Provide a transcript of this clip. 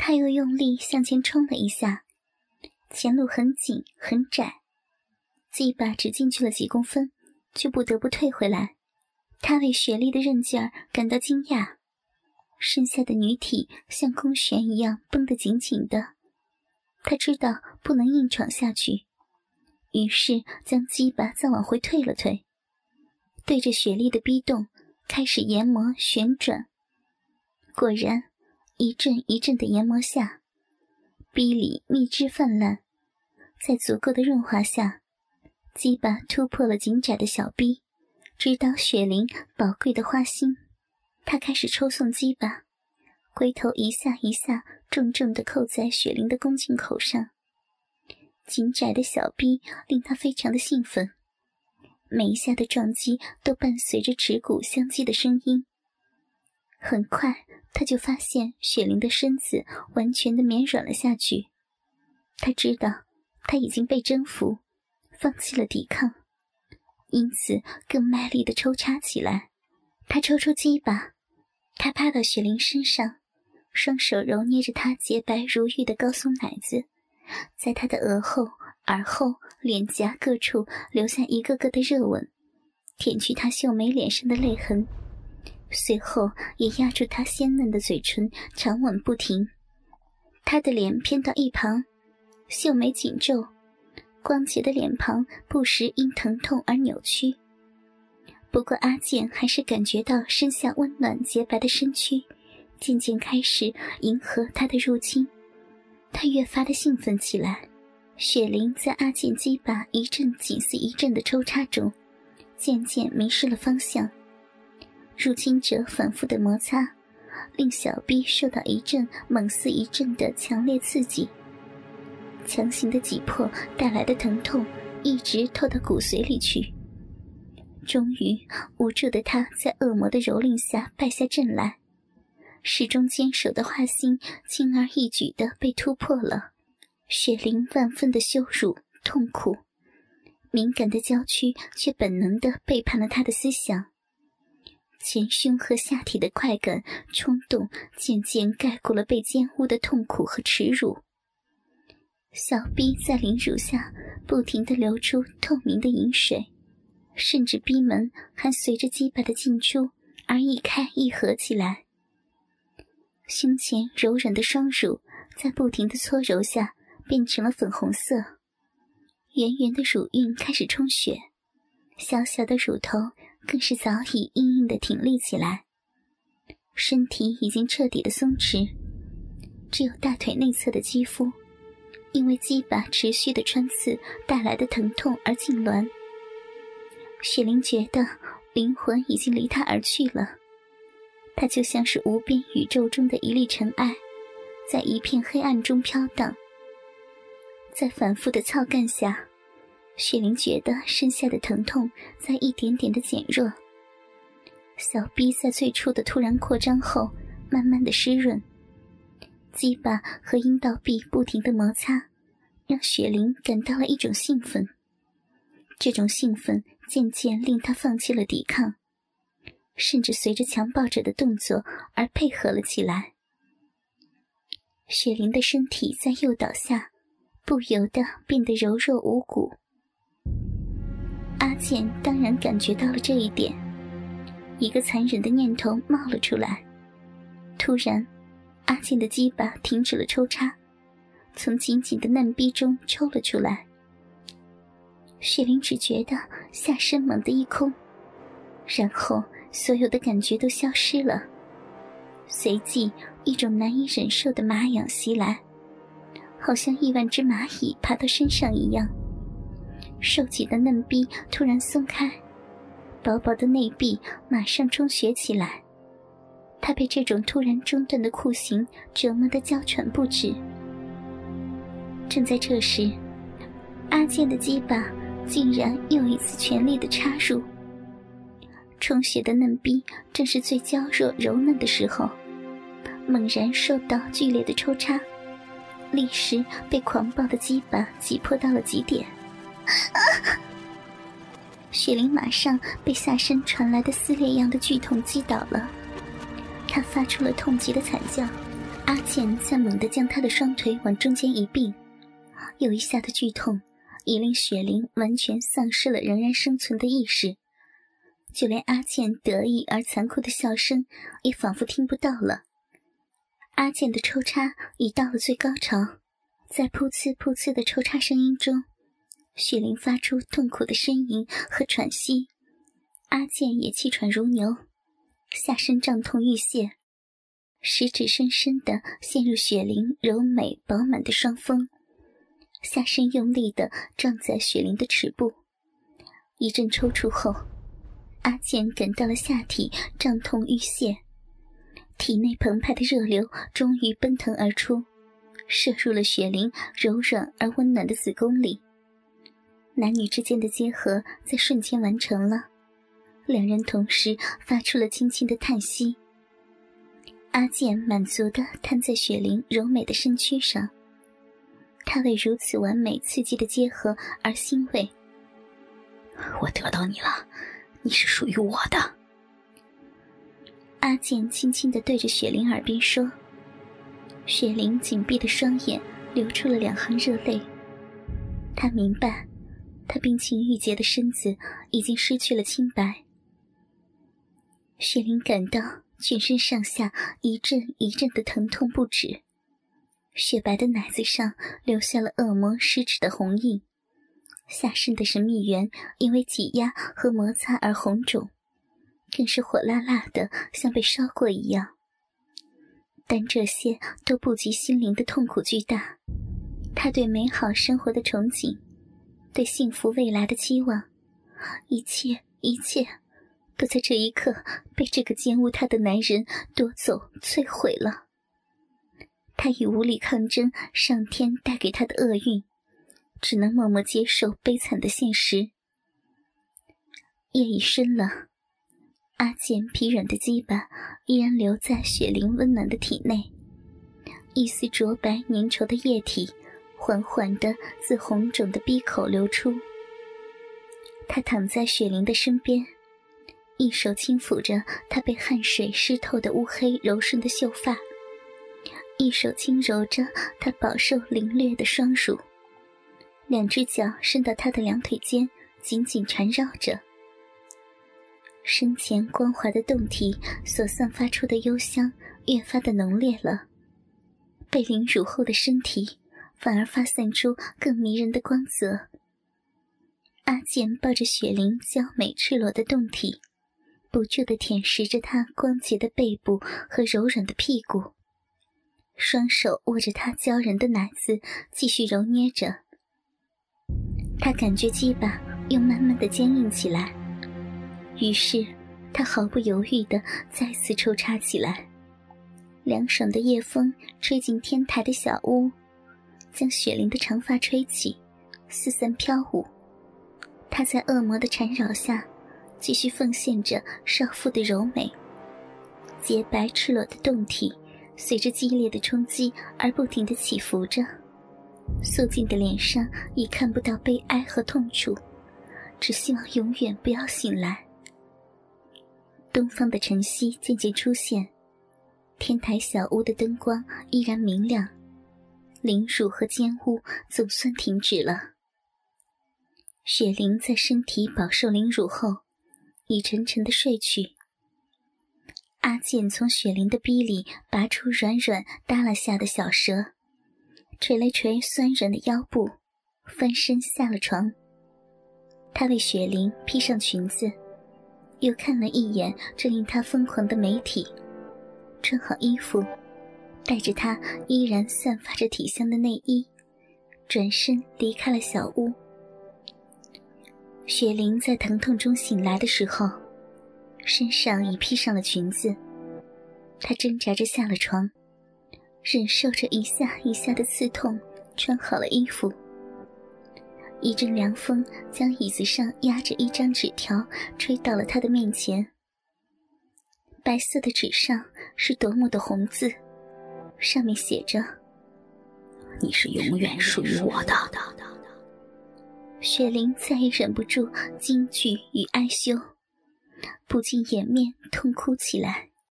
他又用力向前冲了一下，前路很紧很窄，鸡巴只进去了几公分，就不得不退回来。他为雪莉的韧劲儿感到惊讶，身下的女体像弓弦一样绷得紧紧的，他知道不能硬闯下去，于是将鸡巴再往回退了退，对着雪莉的逼动开始研磨旋转。果然一阵一阵的研磨下，逼里蜜汁泛滥，在足够的润滑下，鸡巴突破了紧窄的小逼，直捣雪玲宝贵的花心。他开始抽送鸡巴，龟头一下一下重重地扣在雪玲的宫颈口上。紧窄的小逼令他非常的兴奋，每一下的撞击都伴随着齿骨相击的声音。很快他就发现雪玲的身子完全的绵软了下去，他知道他已经被征服，放弃了抵抗，因此更卖力地抽插起来。他抽出鸡巴，他趴到雪玲身上，双手揉捏着她洁白如玉的高松奶子，在她的额后、耳后、脸颊各处留下一个个的热吻，舔去她秀美脸上的泪痕，随后也压住她鲜嫩的嘴唇，长吻不停。她的脸偏到一旁，秀眉紧皱，光洁的脸庞不时因疼痛而扭曲。不过阿健还是感觉到身下温暖洁白的身躯渐渐开始迎合他的入侵，他越发的兴奋起来。雪玲在阿健鸡巴一阵紧似一阵的抽插中，渐渐迷失了方向。入侵者反复的摩擦，令小臂受到一阵猛似一阵的强烈刺激，强行的挤迫带来的疼痛一直透到骨髓里去。终于无助的他在恶魔的蹂躏下败下阵来，始终坚守的花心轻而易举地被突破了。雪玲万分的羞辱痛苦，敏感的娇躯却本能地背叛了他的思想，前胸和下体的快感冲动渐渐盖过了被奸污的痛苦和耻辱。小臂在凌辱下不停地流出透明的饮水，甚至逼门还随着鸡巴的进出而一开一合起来。胸前柔软的双乳在不停的搓揉下变成了粉红色，圆圆的乳晕开始充血，小小的乳头更是早已硬硬的挺立起来，身体已经彻底的松弛，只有大腿内侧的肌肤因为鸡巴持续的穿刺带来的疼痛而痉挛。雪玲觉得灵魂已经离她而去了，她就像是无边宇宙中的一粒尘埃，在一片黑暗中飘荡。在反复的操干下，雪玲觉得身下的疼痛在一点点的减弱，小臂在最初的突然扩张后慢慢的湿润，鸡巴和阴道壁不停的摩擦，让雪玲感到了一种兴奋。这种兴奋渐渐令她放弃了抵抗，甚至随着强暴者的动作而配合了起来。雪玲的身体在诱导下不由得变得柔弱无骨。阿健当然感觉到了这一点，一个残忍的念头冒了出来。突然阿健的鸡巴停止了抽插，从紧紧的嫩逼中抽了出来。雪玲只觉得下身猛地一空，然后所有的感觉都消失了，随即一种难以忍受的麻痒袭来，好像10000只蚂蚁爬到身上一样。受紧的嫩逼突然松开，薄薄的内壁马上充血起来，他被这种突然中断的酷刑折磨得娇喘不止。正在这时，阿健的鸡巴竟然又一次全力地插入，充血的嫩逼正是最娇弱柔嫩的时候，猛然受到剧烈的抽插，立时被狂暴的鸡巴挤迫到了极点。雪玲马上被下身传来的撕裂样的剧痛击倒了，她发出了痛极的惨叫， 阿健再猛地将他的双腿往中间一并，有一下的剧痛已令雪玲完全丧失了仍然生存的意识，就连阿健得意而残酷的笑声也仿佛听不到了。阿健的抽插已到了最高潮，在噗呲噗呲的抽插声音中，雪玲发出痛苦的呻吟和喘息，阿健也气喘如牛，下身胀痛欲泄，食指深深地陷入雪玲柔美饱满的双峰，下身用力地撞在雪玲的齿部。一阵抽搐后，阿健感到了下体胀痛欲泄，体内澎湃的热流终于奔腾而出，射入了雪玲柔软而温暖的子宫里。男女之间的结合在瞬间完成了，两人同时发出了轻轻的叹息。阿健满足地瘫在雪玲柔美的身躯上，他为如此完美刺激的结合而欣慰。 我得到你了，你是属于我的。 阿健轻轻地对着雪玲耳边说。雪玲紧闭的双眼流出了2行热泪，她明白她冰清玉洁的身子已经失去了清白。雪玲感到全身上下一阵一阵的疼痛不止，雪白的奶子上留下了恶魔施指的红印，下身的神秘缘因为挤压和摩擦而红肿，更是火辣辣的像被烧过一样。但这些都不及心灵的痛苦巨大，他对美好生活的憧憬，对幸福未来的期望，一切都在这一刻被这个奸污他的男人夺走摧毁了。他已无力抗争上天带给他的厄运，只能默默接受悲惨的现实。夜已深了，阿健疲软的鸡巴依然留在雪玲温暖的体内，一丝浊白粘稠的液体缓缓地自红肿的逼口流出。他躺在雪玲的身边，一手轻抚着她被汗水湿透的乌黑柔顺的秀发，一手轻揉着她饱受凌虐的双乳，两只脚伸到她的两腿间紧紧缠绕着。身前光滑的胴体所散发出的幽香越发的浓烈了，被凌辱后的身体反而发散出更迷人的光泽。阿健抱着雪玲娇美赤裸的胴体，不住地舔舐着她光洁的背部和柔软的屁股，双手握着她娇人的奶子继续揉捏着。他感觉鸡巴又慢慢地坚硬起来，于是他毫不犹豫地再次抽插起来。凉爽的夜风吹进天台的小屋，将雪玲的长发吹起，四散飘舞。她在恶魔的缠绕下继续奉献着少妇的柔美，洁白赤裸的胴体随着激烈的冲击而不停地起伏着，素净的脸上已看不到悲哀和痛楚，只希望永远不要醒来。东方的晨曦渐渐出现，天台小屋的灯光依然明亮，凌辱和奸污总算停止了。雪玲在身体饱受凌辱后已沉沉地睡去。阿健从雪玲的逼里拔出软软耷拉下的小蛇，捶了捶酸软的腰部，翻身下了床。他为雪玲披上裙子，又看了一眼这令他疯狂的美体，穿好衣服，带着他依然散发着体香的内衣，转身离开了小屋。雪玲在疼痛中醒来的时候，身上已披上了裙子，她挣扎着下了床，忍受着一下一下的刺痛，穿好了衣服。一阵凉风将椅子上压着一张纸条吹到了他的面前。白色的纸上是夺目的红字，上面写着： 你是永远属于我的。 雪玲再也忍不住惊惧与哀羞，不禁掩面痛哭起来。